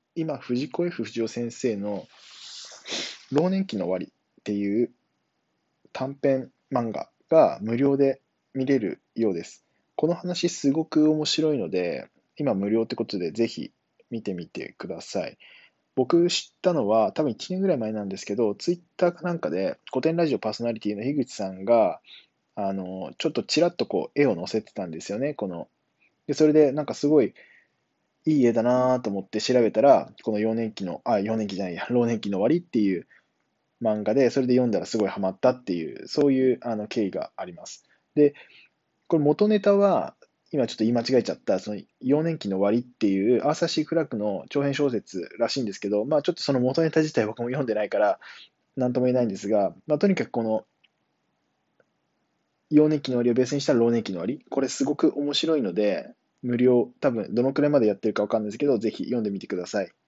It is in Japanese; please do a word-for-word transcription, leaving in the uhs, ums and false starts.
今、藤子 F 不二雄先生の老年期の終わりっていう短編漫画が無料で見れるようです。この話すごく面白いので、今無料ってことでぜひ見てみてください。僕知ったのは多分いちねんぐらい前なんですけど、ツイッターかなんかで古典ラジオパーソナリティの樋口さんが、あの、ちょっとちらっとこう絵を載せてたんですよね、この。で、それでなんかすごいいい絵だなと思って調べたら、この幼年期の、あ、幼年期じゃないや、老年期の終わりっていう漫画で、それで読んだらすごいハマったっていう、そういうあの経緯があります。で、これ元ネタは、今ちょっと言い間違えちゃった、その幼年期の終わりっていうアーサー・シー・クラークの長編小説らしいんですけど、まあちょっとその元ネタ自体僕も読んでないから、なんとも言えないんですが、まあとにかくこの幼年期の終わりをベースにした老年期の終わり、これすごく面白いので、無料、多分どのくらいまでやってるかわかんないですけど、ぜひ読んでみてください。